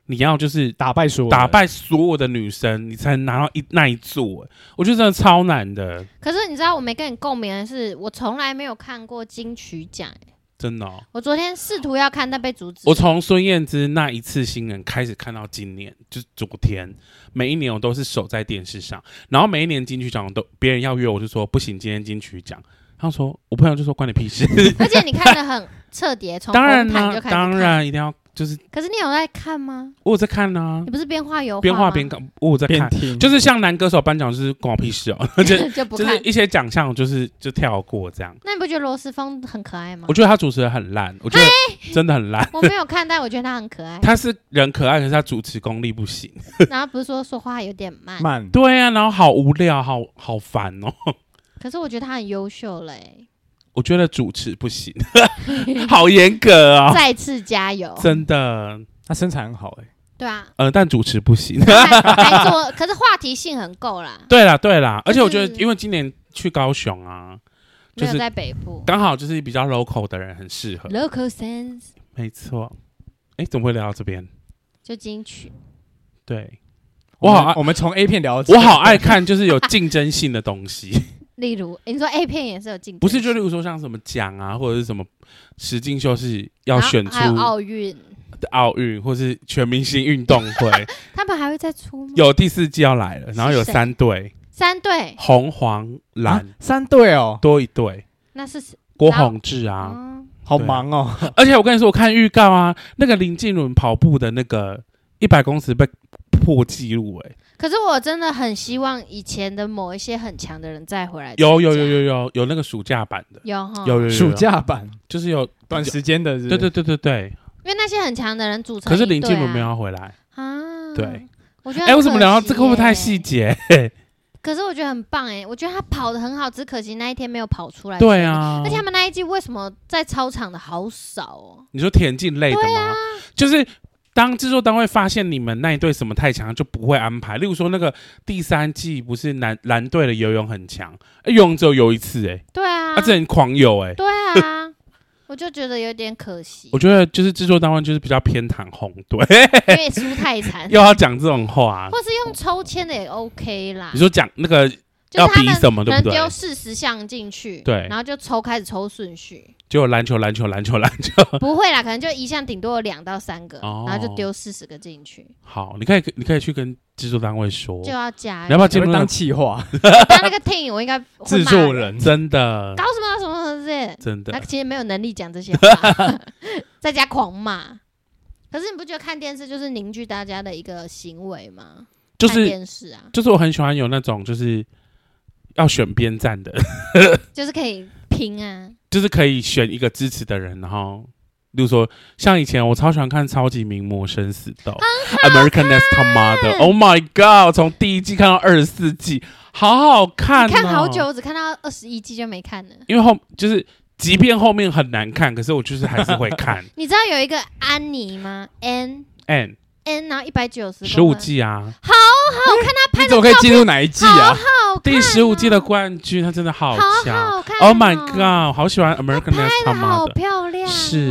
[SPEAKER 1] 你要就是
[SPEAKER 3] 打败所
[SPEAKER 1] 有的女生，你才能拿到那一座。我觉得真的超难的。
[SPEAKER 2] 可是你知道我没跟你共鸣的是，我从来没有看过金曲奖。
[SPEAKER 1] 真的哦，
[SPEAKER 2] 我昨天试图要看，但被阻止。
[SPEAKER 1] 我从孙燕姿那一次新人开始看到今年，就是昨天，每一年我都是守在电视上，然后每一年金曲奖都别人要约我就说不行，今天金曲奖。他说我朋友就说关你屁事。
[SPEAKER 2] 而且你看得很彻底，从红毯就开始看。
[SPEAKER 1] 当然一定要就是。
[SPEAKER 2] 可是你有在看吗？
[SPEAKER 1] 我有在看啊。
[SPEAKER 2] 你不是边画油画吗？
[SPEAKER 1] 边画边看，我有在看，就是像男歌手颁奖就是关我屁事哦，
[SPEAKER 2] 就不看，
[SPEAKER 1] 就是一些奖项就跳过这样。
[SPEAKER 2] 那你不觉得罗时丰很可爱吗？
[SPEAKER 1] 我觉得他主持人很烂，我觉得真的很烂。
[SPEAKER 2] 我没有看，但我觉得他很可爱。
[SPEAKER 1] 他是人可爱，可是他主持功力不行。
[SPEAKER 2] 然后不是说话有点慢，
[SPEAKER 1] 对啊，然后好无聊，好烦哦。
[SPEAKER 2] 可是我觉得他很优秀嘞。
[SPEAKER 1] 我觉得主持不行，好严格哦。
[SPEAKER 2] 再次加油，
[SPEAKER 1] 真的。
[SPEAKER 3] 他身材很好
[SPEAKER 2] 对啊，
[SPEAKER 1] 但主持不行。
[SPEAKER 2] 还做，可是话题性很够啦。
[SPEAKER 1] 对啦，而且我觉得因为今年去高雄啊，
[SPEAKER 2] 没有在北部，
[SPEAKER 1] 刚好就是比较 local 的人很适合。
[SPEAKER 2] local sense，
[SPEAKER 1] 没错。怎么会聊到这边？
[SPEAKER 2] 就金曲。
[SPEAKER 1] 对，
[SPEAKER 3] 我们从 A 片聊到，
[SPEAKER 1] 我好爱看就是有竞争性的东西。
[SPEAKER 2] 例如，你说 A 片也是有竞争，
[SPEAKER 1] 不是？就例如说像什么奖啊，或者是什么实境秀是要选出
[SPEAKER 2] 还有奥运，
[SPEAKER 1] 或是全明星运动会，
[SPEAKER 2] 他们还会再出吗？
[SPEAKER 1] 有第4季要来了，然后有3队，红黄蓝
[SPEAKER 3] 3队哦，
[SPEAKER 1] 多一队。
[SPEAKER 2] 那是
[SPEAKER 1] 郭泓志啊，
[SPEAKER 3] 好忙哦。
[SPEAKER 1] 而且我跟你说，我看预告啊，那个林静茹跑步的那个100公尺被破纪录
[SPEAKER 2] 可是我真的很希望以前的某一些很强的人再回来。
[SPEAKER 1] 有那个暑假版的，
[SPEAKER 2] 有
[SPEAKER 3] 暑假版，
[SPEAKER 1] 就是有
[SPEAKER 3] 短时间的。
[SPEAKER 1] 对。
[SPEAKER 2] 因为那些很强的人组成，
[SPEAKER 1] 可是林静茹没有要回来啊。对，
[SPEAKER 2] 我觉得
[SPEAKER 1] 为什么聊到这个会不会太细节？
[SPEAKER 2] 可是我觉得很棒我觉得他跑得很好，只可惜那一天没有跑出来。
[SPEAKER 1] 对啊，
[SPEAKER 2] 而且他们那一季为什么在操场的好少哦？
[SPEAKER 1] 你说田径类的吗？就是当制作单位发现你们那一队什么太强，就不会安排。例如说那个第3季不是蓝队的游泳很强，游泳只有游一次
[SPEAKER 2] 对啊，
[SPEAKER 1] 他之前狂游
[SPEAKER 2] 对啊。我就觉得有点可惜。
[SPEAKER 1] 我觉得就是制作单位就是比较偏袒红队，
[SPEAKER 2] 因为输太惨，
[SPEAKER 1] 又要讲这种话，
[SPEAKER 2] 或是用抽签的也 OK 啦。
[SPEAKER 1] 你说讲那个要比什么，对不对？
[SPEAKER 2] 丢40项进去，
[SPEAKER 1] 对，
[SPEAKER 2] 然后就开始抽顺序。
[SPEAKER 1] 就有篮球，
[SPEAKER 2] 不会啦，可能就一项顶多有2到3个，然后就丢40个进去。
[SPEAKER 1] 好，你可以去跟制作单位说，
[SPEAKER 2] 就要加。
[SPEAKER 1] 你要不要进入
[SPEAKER 3] 当企划？
[SPEAKER 2] 当那个 team 我应该
[SPEAKER 3] 制作人，
[SPEAKER 1] 真的
[SPEAKER 2] 搞什么
[SPEAKER 1] 真的，
[SPEAKER 2] 他其实没有能力讲这些话，在家狂骂。可是你不觉得看电视就是凝聚大家的一个行为吗？
[SPEAKER 1] 就是
[SPEAKER 2] 看电视啊，
[SPEAKER 1] 就是我很喜欢有那种就是要选边站的，
[SPEAKER 2] 就是可以拼啊，
[SPEAKER 1] 就是可以选一个支持的人，然后例如说像以前我超喜欢看超级名模生死斗 American Next Top Model， Oh my God， 从第1季看到24季，好好看，
[SPEAKER 2] 看好久，我只看到21季就没看了，
[SPEAKER 1] 因为就是即便后面很难看，可是我就是还是会看。
[SPEAKER 2] 你知道有一个安妮吗 ？N， 然后19015
[SPEAKER 1] 季啊，
[SPEAKER 2] 好好看，他拍的照片，
[SPEAKER 3] 你怎么可以进入哪一季啊？
[SPEAKER 2] 好
[SPEAKER 1] 第15季的冠军，他真的好强，
[SPEAKER 2] 好看
[SPEAKER 1] ！Oh my God， 好喜欢 American Next Top Model，
[SPEAKER 2] 好漂亮，
[SPEAKER 1] 是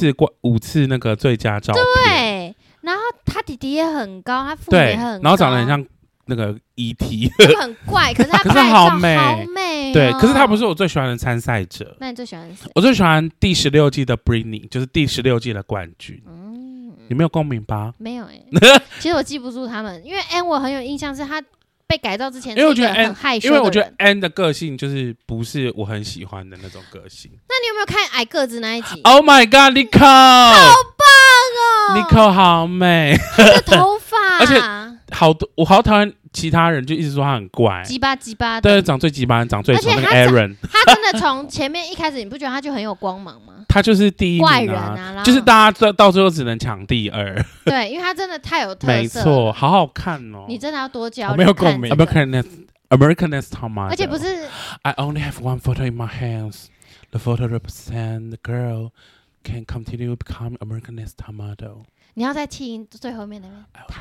[SPEAKER 1] 5次那个最佳照片。
[SPEAKER 2] 对，然后他弟弟也很高，他父母也很高，
[SPEAKER 1] 然后长得很像那个 ET，
[SPEAKER 2] 很怪，可是他
[SPEAKER 1] 可是好美，对，可是他不是我最喜欢的参赛者。
[SPEAKER 2] 那你最喜欢谁？
[SPEAKER 1] 我最喜欢第16季的 Britney， 就是第16季的冠军。你没有共鸣吧？
[SPEAKER 2] 没有其实我记不住他们，因为 N 我很有印象，是他被改造之前，
[SPEAKER 1] 因为我觉得
[SPEAKER 2] 很害羞，
[SPEAKER 1] 因为我觉得 N 的个性就是不是我很喜欢的那种个性。
[SPEAKER 2] 那你有没有看矮个子那一集
[SPEAKER 1] ？Oh my God，Nicole，
[SPEAKER 2] 好棒
[SPEAKER 1] ！Nicole 好美，
[SPEAKER 2] 她的头发，
[SPEAKER 1] 而且我好讨厌其他人就一直说他很怪，
[SPEAKER 2] 鸡巴的，
[SPEAKER 1] 对，长最鸡巴，长最丑那个 Aaron，
[SPEAKER 2] 他真的从前面一开始，你不觉得他就很有光芒吗？
[SPEAKER 1] 他就是第1名
[SPEAKER 2] 怪人啊，
[SPEAKER 1] 就是大家到最后只能抢第2。
[SPEAKER 2] 对，因为他真的太有特色，
[SPEAKER 1] 没错，好好看哦。
[SPEAKER 2] 你真的要多交流，
[SPEAKER 3] 没有共鸣。
[SPEAKER 1] American Next Top Model，
[SPEAKER 2] 而且不是
[SPEAKER 1] I only have one photo in my hands. The photo represents the girl can continue become American Next Top Model。
[SPEAKER 2] 你要在气音最后面那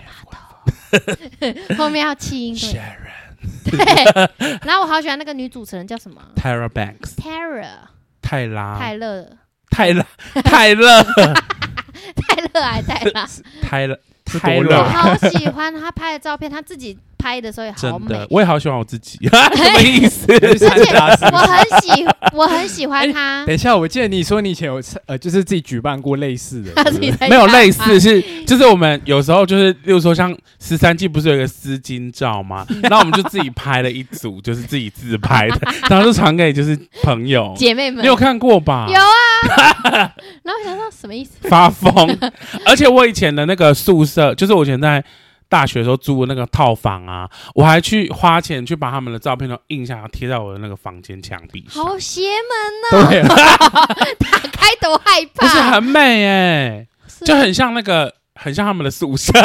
[SPEAKER 2] 边，后面要气音。
[SPEAKER 1] Sharon，
[SPEAKER 2] 对。然后我好喜欢那个女主持人叫什么
[SPEAKER 1] ？Tyra Banks。泰勒。
[SPEAKER 2] 泰勒。
[SPEAKER 1] 太热，
[SPEAKER 2] 我好喜欢他拍的照片，他自己拍的时候也好美。
[SPEAKER 1] 我也好喜欢我自己，什么意思？
[SPEAKER 2] 而且我很喜欢他。
[SPEAKER 3] 等一下，我记得你说你以前有就是自己举办过类似的，
[SPEAKER 1] 没有类似就是我们有时候就是，例如说像13季不是有一个丝巾照吗？然后我们就自己拍了一组，就是自己自拍的，然后就传给就是朋友
[SPEAKER 2] 姐妹们。
[SPEAKER 1] 你有看过吧？
[SPEAKER 2] 有啊。然后我想说什么意思？
[SPEAKER 1] 发疯！而且我以前的那个宿舍，就是我以前在大学的时候租的那个套房啊，我还去花钱去把他们的照片都印下来贴在我的那个房间墙壁上。
[SPEAKER 2] 好邪门哦！
[SPEAKER 3] 对，
[SPEAKER 2] 打开多害怕。
[SPEAKER 1] 不是很美哎，就很像那个。很像他们的宿舍，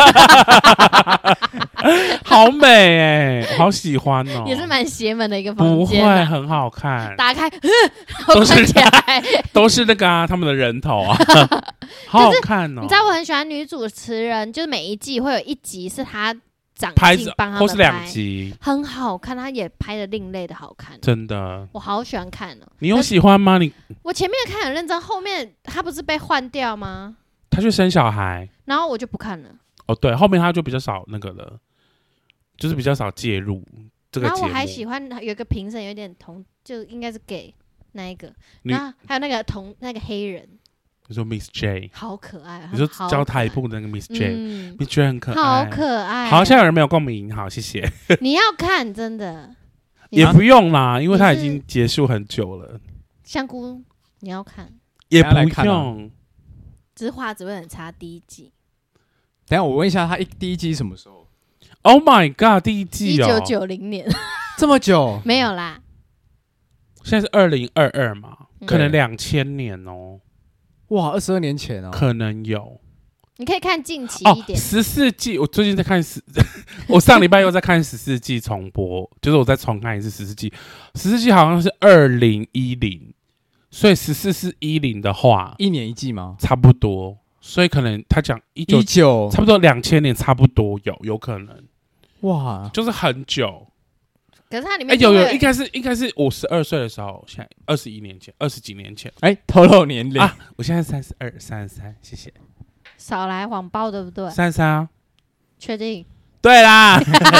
[SPEAKER 1] 好美哎，好喜欢哦，
[SPEAKER 2] 也是蛮邪门的一个房间。
[SPEAKER 1] 不会，很好看。
[SPEAKER 2] 打开，都是起来，
[SPEAKER 1] 都是那个他们的人头啊，好好看哦。
[SPEAKER 2] 你知道我很喜欢女主持人，就是每一季会有一集是她长进帮他们拍，
[SPEAKER 1] 或是2集，
[SPEAKER 2] 很好看，她也拍的另类的好看，
[SPEAKER 1] 真的，
[SPEAKER 2] 我好喜欢看哦。
[SPEAKER 1] 你有喜欢吗？
[SPEAKER 2] 我前面看很认真，后面她不是被换掉吗？
[SPEAKER 1] 他去生小孩，
[SPEAKER 2] 然后我就不看了。
[SPEAKER 1] 哦，对，后面他就比较少那个了，就是比较少介入这个节目。
[SPEAKER 2] 然后我还喜欢有一个评审有点就应该是 gay 那一个，然后还有那个黑人。
[SPEAKER 1] 你说 Miss J
[SPEAKER 2] 好可爱，
[SPEAKER 1] 你说教台步的那个 Miss J，Miss J 很可爱，
[SPEAKER 2] 好可爱。
[SPEAKER 1] 好像有人没有共鸣，好，谢谢。
[SPEAKER 2] 你要看真的
[SPEAKER 1] 也不用啦，因为他已经结束很久了。
[SPEAKER 2] 香菇你要看
[SPEAKER 1] 也不用。
[SPEAKER 2] 只是画质会很差。第一季，
[SPEAKER 3] 等一下我问一下，他第一季什么时候
[SPEAKER 1] ？Oh my god， 第一季哦
[SPEAKER 2] ，1990年，
[SPEAKER 3] 这么久？
[SPEAKER 2] 没有啦，
[SPEAKER 1] 现在是2022嘛，可能2000年哦。
[SPEAKER 3] 哇，22年前哦，
[SPEAKER 1] 可能有。
[SPEAKER 2] 你可以看近期一点。
[SPEAKER 1] 14季，我最近在看我上礼拜又在看14季重播，就是我再重看一次14季。14季好像是2010。所以14是10的话
[SPEAKER 3] ，1年1季吗？
[SPEAKER 1] 差不多，所以可能他讲19，差不多2000年，差不多有可能。
[SPEAKER 3] 哇，
[SPEAKER 1] 就是很久。
[SPEAKER 2] 可是它里面
[SPEAKER 1] 有，应该是我12岁的时候，现在21年前，20几年前。
[SPEAKER 3] 透露年龄
[SPEAKER 1] 啊！我现在32、33，谢谢。
[SPEAKER 2] 少来谎报对不对
[SPEAKER 1] ？33啊？
[SPEAKER 2] 确定？
[SPEAKER 1] 对啦。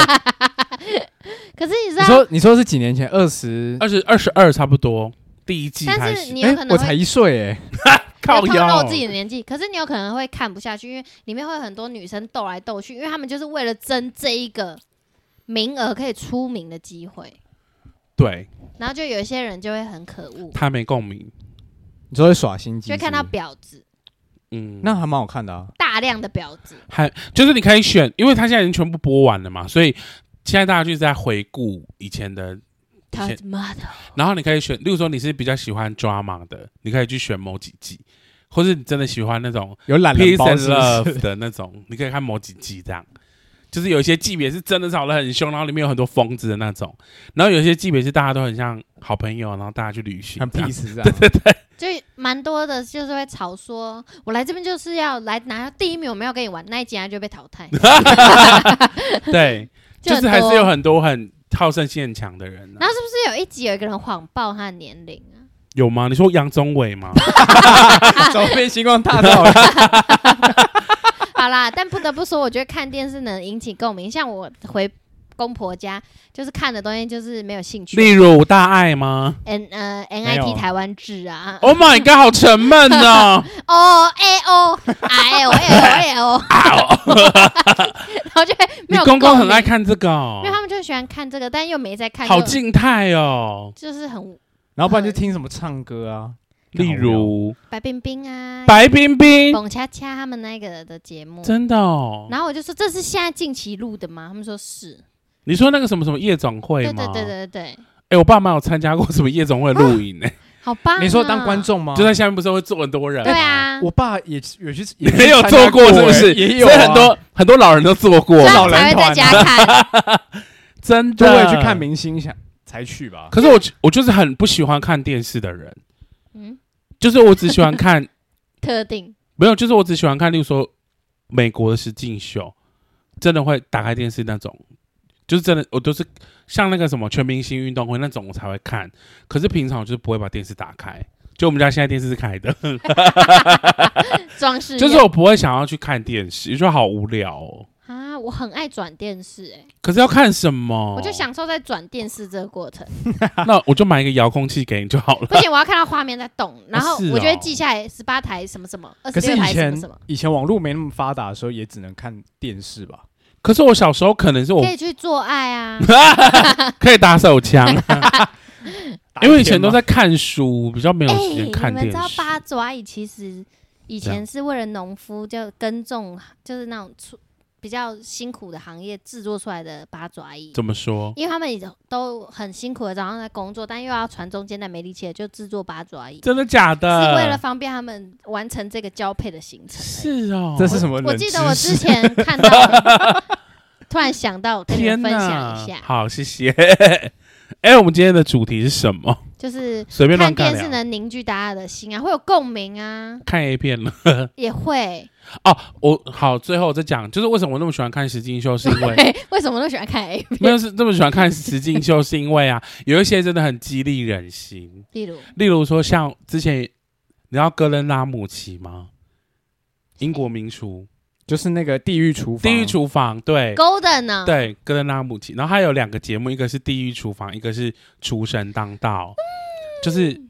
[SPEAKER 2] 可是你知道？
[SPEAKER 3] 你说是几年前？22
[SPEAKER 1] 差不多。第一季开始，
[SPEAKER 2] 但是你有可能
[SPEAKER 3] 我才1岁哎，
[SPEAKER 2] 透露自己的年纪。可是你有可能会看不下去，因为里面会有很多女生斗来斗去，因为他们就是为了争这一个名额可以出名的机会。
[SPEAKER 1] 对。
[SPEAKER 2] 然后就有一些人就会很可恶，
[SPEAKER 1] 他没共鸣，
[SPEAKER 3] 你就会耍心机，
[SPEAKER 2] 就看到婊子。
[SPEAKER 3] 那还蛮好看的啊，
[SPEAKER 2] 大量的婊子。
[SPEAKER 1] 就是你可以选，因为他现在已经全部播完了嘛，所以现在大家就是在回顾以前的。然后你可以选，例如说你是比较喜欢 drama 的，你可以去选某几季，或是你真的喜欢那种
[SPEAKER 3] 有懒人包
[SPEAKER 1] love 的那种，你可以看某几季这样。就是有一些季别是真的吵得很凶，然后里面有很多疯子的那种，然后有一些季别是大家都很像好朋友，然后大家去旅行，
[SPEAKER 3] 很 peace 这样。
[SPEAKER 1] 对对对，
[SPEAKER 2] 就蛮多的，就是会吵说，我来这边就是要来拿第1名，我没有跟你玩，那一集就被淘汰。
[SPEAKER 1] 对，就是还是有很多很好胜心很强的人。
[SPEAKER 2] 然后是不是有一集有一个人谎报他的年龄啊？
[SPEAKER 1] 有吗？你说杨宗纬吗？
[SPEAKER 3] 怎么被星光大道了？
[SPEAKER 2] 好啦，但不得不说，我觉得看电视能引起共鸣。像我回公婆家，就是看的东西就是没有兴趣。
[SPEAKER 1] 例如大爱吗
[SPEAKER 2] ？NIT 台湾志啊。
[SPEAKER 1] Oh my god， 好沉闷哦。
[SPEAKER 2] 然后就没有。
[SPEAKER 1] 你公公很爱看这个哦，
[SPEAKER 2] 因为他们就喜欢看这个，但又没在看。
[SPEAKER 1] 好静态哦，
[SPEAKER 2] 就是很。
[SPEAKER 3] 然后不然就听什么唱歌啊，
[SPEAKER 1] 例如
[SPEAKER 2] 白冰冰啊，
[SPEAKER 1] 白冰冰、
[SPEAKER 2] 蹦恰恰他们那个的节目，
[SPEAKER 1] 真的哦。
[SPEAKER 2] 然后我就说这是现在近期录的吗？他们说是。
[SPEAKER 1] 你说那个什么夜总会吗？
[SPEAKER 2] 对。
[SPEAKER 1] 我爸妈有参加过什么夜总会录影呢？
[SPEAKER 2] 好棒！
[SPEAKER 3] 你说当观众吗？
[SPEAKER 1] 就在下面不是会坐很多人？
[SPEAKER 2] 对啊，
[SPEAKER 3] 我爸也
[SPEAKER 1] 有做过，是不是？
[SPEAKER 3] 也有，
[SPEAKER 1] 所以很多老人都做过，
[SPEAKER 3] 老人团
[SPEAKER 2] 在家看，
[SPEAKER 1] 真的，
[SPEAKER 3] 就会去看明星才去吧。
[SPEAKER 1] 可是我就是很不喜欢看电视的人，就是我只喜欢看
[SPEAKER 2] 特定，
[SPEAKER 1] 没有，就是我只喜欢看，例如说美国的实境秀，真的会打开电视那种。就是真的，我都是像那个什么全明星运动会那种我才会看，可是平常我就是不会把电视打开。就我们家现在电视是开的，
[SPEAKER 2] 装饰
[SPEAKER 1] 就是我不会想要去看电视，就觉得好无聊哦。
[SPEAKER 2] 啊，我很爱转电视
[SPEAKER 1] 可是要看什么？
[SPEAKER 2] 我就享受在转电视这个过程。
[SPEAKER 1] 那我就买一个遥控器给你就好了。
[SPEAKER 2] 不行，我要看到画面在动，然后我就会记下来18台什么什么，26台什么什么。
[SPEAKER 3] 以前网络没那么发达的时候，也只能看电视吧。
[SPEAKER 1] 可是我小时候可能是我
[SPEAKER 2] 可以去做爱啊，
[SPEAKER 1] 可以打手枪，因为以前都在看书，比较没有时间看电视。
[SPEAKER 2] 你们知道八爪椅其实以前是为了农夫就耕种，就是那种比较辛苦的行业制作出来的八爪椅。
[SPEAKER 1] 怎么说？
[SPEAKER 2] 因为他们都很辛苦的早上在工作，但又要传宗接代，没力气了，就制作八爪椅。
[SPEAKER 1] 真的假的？
[SPEAKER 2] 是为了方便他们完成这个交配的行程。
[SPEAKER 1] 是哦，
[SPEAKER 3] 这是什么？
[SPEAKER 2] 我记得我之前看到，突然想到，跟你们分享一下。
[SPEAKER 1] 好，谢谢。我们今天的主题是什么？
[SPEAKER 2] 就是
[SPEAKER 1] 随便乱
[SPEAKER 2] 看电视能凝聚大家的心啊，会有共鸣啊。
[SPEAKER 1] 看 A 片了
[SPEAKER 2] 也会
[SPEAKER 1] 哦。好，最后再讲，就是为什么我那么喜欢看实境秀，是因为
[SPEAKER 2] 为什么都喜欢看 A 片？
[SPEAKER 1] 没有是这么喜欢看实境秀，是因为有一些真的很激励人心。例如说，像之前你知道哥伦拉姆齐吗？英国名厨。
[SPEAKER 3] 就是那个地狱厨
[SPEAKER 1] 房，对
[SPEAKER 2] ，Golden 呢？
[SPEAKER 1] 对，哥伦拉姆齐。然后还有2个节目，一个是地狱厨房，一个是厨神当道，就是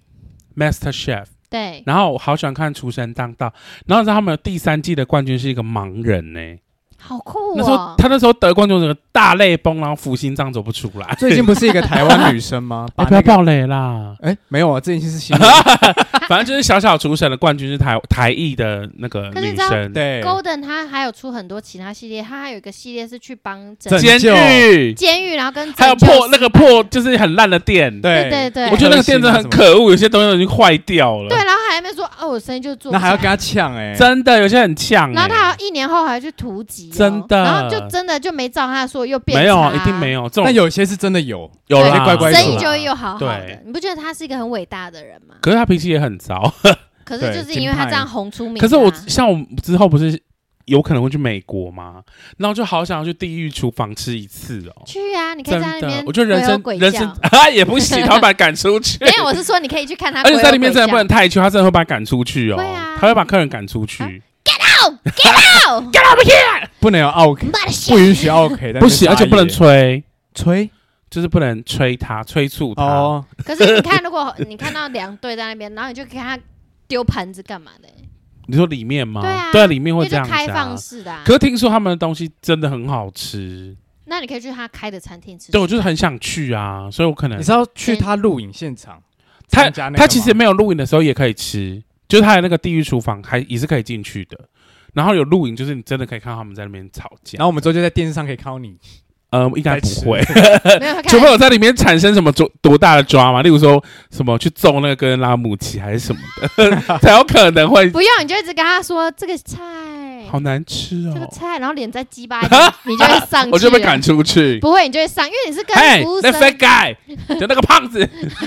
[SPEAKER 1] Master Chef。
[SPEAKER 2] 对。
[SPEAKER 1] 然后我好喜欢看厨神当道，然后你知道他们第3季的冠军是一个盲人
[SPEAKER 2] 好酷哦！
[SPEAKER 1] 他那时候得冠军，整个大泪崩，然后负心脏走不出来。
[SPEAKER 3] 最近不是一个台湾女生吗？
[SPEAKER 1] 不要爆雷啦！
[SPEAKER 3] 没有啊，最近是新的。
[SPEAKER 1] 反正就是小小厨神的冠军是台裔的那个女生。
[SPEAKER 3] 对
[SPEAKER 2] ，Golden 他还有出很多其他系列，他还有一个系列是去帮
[SPEAKER 1] 监
[SPEAKER 2] 狱，然后跟
[SPEAKER 1] 还有破就是很烂的店。
[SPEAKER 2] 对，
[SPEAKER 1] 我觉得那个店真的很可恶，有些东西都已经坏掉了。
[SPEAKER 2] 对，然后还在那边说我生意就做不起来，
[SPEAKER 3] 那还要跟他呛
[SPEAKER 1] 真的有些很呛。
[SPEAKER 2] 然后他1年后还去突击。
[SPEAKER 1] 真的，
[SPEAKER 2] 然后就真的就没照他说又变差，
[SPEAKER 1] 没有，一定没有。
[SPEAKER 3] 但有些是真的有
[SPEAKER 1] 啦，
[SPEAKER 3] 乖乖
[SPEAKER 2] 生意就又好好的。
[SPEAKER 1] 对，
[SPEAKER 2] 你不觉得他是一个很伟大的人吗？
[SPEAKER 1] 可是他脾气也很糟。
[SPEAKER 2] 可是就是因为他这样红出名。
[SPEAKER 1] 可是我之后不是有可能会去美国吗？然后就好想要去地狱厨房吃一次哦。
[SPEAKER 2] 去啊，你可以在那边。
[SPEAKER 1] 我觉得人生也不行，他会把你赶出去。
[SPEAKER 2] 没有，我是说你可以去看他。
[SPEAKER 1] 而且在里面真的不能太久，他真的会把你赶出去哦。
[SPEAKER 2] 对啊，
[SPEAKER 1] 他会把客人赶出去。
[SPEAKER 2] Get out of
[SPEAKER 1] here！
[SPEAKER 3] 不能有 OK， 不允许 OK，
[SPEAKER 1] 不行，而且不能吹，
[SPEAKER 3] 吹
[SPEAKER 1] 就是不能催促他。
[SPEAKER 2] 哦。可是你看，如果你看到2队在那边，然后你就给他丢盘子干嘛的？
[SPEAKER 1] 你说里面吗？
[SPEAKER 2] 对啊，
[SPEAKER 1] 里面会这样子
[SPEAKER 2] 开放式的。
[SPEAKER 1] 可是听说他们的东西真的很好吃。
[SPEAKER 2] 那你可以去他开的餐厅吃。
[SPEAKER 1] 对，我就是很想去啊，所以我可能
[SPEAKER 3] 你是要去他录影现场。
[SPEAKER 1] 他其实没有录影的时候也可以吃，就是他的那个地狱厨房也是可以进去的。然后有录影，就是你真的可以看到他们在那边吵架。
[SPEAKER 3] 然后我们之后就在电视上可以看到你。
[SPEAKER 1] 应该不会，除非我在里面产生什么多大的抓嘛，例如说什么去揍那个哥伦拉姆齐还是什么的，才有可能会。
[SPEAKER 2] 不用，你就一直跟他说这个菜
[SPEAKER 1] 好难吃哦，
[SPEAKER 2] 这个菜，然后脸再鸡巴一点，你就会上去，
[SPEAKER 1] 我就被赶出去。
[SPEAKER 2] 不会，你就会上，因为你是跟服务生。
[SPEAKER 1] 那 fat guy 就那个胖子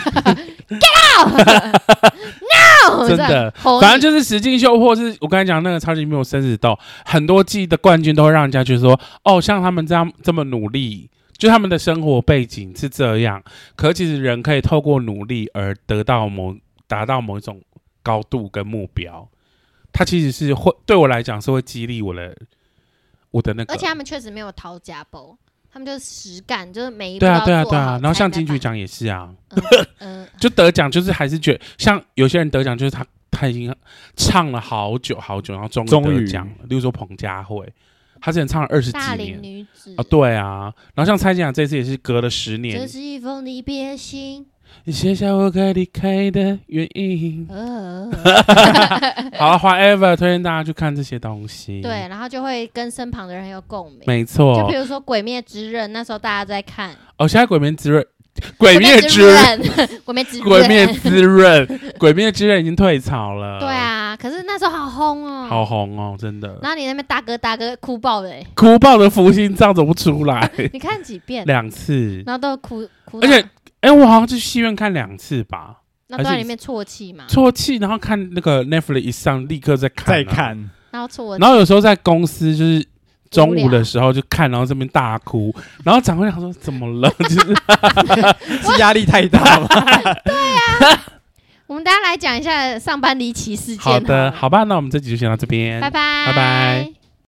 [SPEAKER 2] ，Get out！No，
[SPEAKER 1] 真的，反正就是实境秀，或是我刚才讲那个超级没有生死斗，很多季的冠军都会让人家觉得说，像他们这么努力，就他们的生活背景是这样，可其实人可以透过努力而达到某一种高度跟目标。它其实是会对我来讲是会激励我的那个，
[SPEAKER 2] 而且他们确实没有掏家包，他们就是实干，就是每一步
[SPEAKER 1] 对啊。然后像金曲奖也是啊，就得奖就是还是觉得像有些人得奖就是他已经唱了好久，然后终于得奖了。例如说彭佳慧，他之前唱了20几年，
[SPEAKER 2] 大龄女子
[SPEAKER 1] 对啊。然后像蔡健雅这次也是隔了10年。
[SPEAKER 2] 这是一封离别信。
[SPEAKER 1] 你写下我该离开的原因。好 ，whatever， 推荐大家去看这些东西。
[SPEAKER 2] 对，然后就会跟身旁的人很有共鸣。
[SPEAKER 1] 没错，
[SPEAKER 2] 就比如说《鬼灭之刃》，那时候大家在看。
[SPEAKER 1] 现在《鬼灭之刃》鬼灭之刃已经退潮了。
[SPEAKER 2] 对啊，可是那时候好红哦，
[SPEAKER 1] 好红哦，真的。
[SPEAKER 2] 然后你那边大哥哭爆的，
[SPEAKER 1] 哭爆的福心脏走不出来。
[SPEAKER 2] 你看几遍
[SPEAKER 1] ？2次，
[SPEAKER 2] 然后都哭，
[SPEAKER 1] 而且我好像去戏院看2次吧。
[SPEAKER 2] 那都在里面啜泣嘛？
[SPEAKER 1] 啜泣，然后看那个 Netflix 一上，立刻再看，
[SPEAKER 2] 然后啜泣，
[SPEAKER 1] 然后有时候在公司就是。中午的时候就看，然后这边大哭，然后长官想说怎么了？就是
[SPEAKER 3] 是压力太大了。
[SPEAKER 2] 对啊，我们大家来讲一下上班离奇事件。
[SPEAKER 1] 好的，好吧，那我们这集就先到这边，
[SPEAKER 2] 拜拜，
[SPEAKER 1] 拜拜。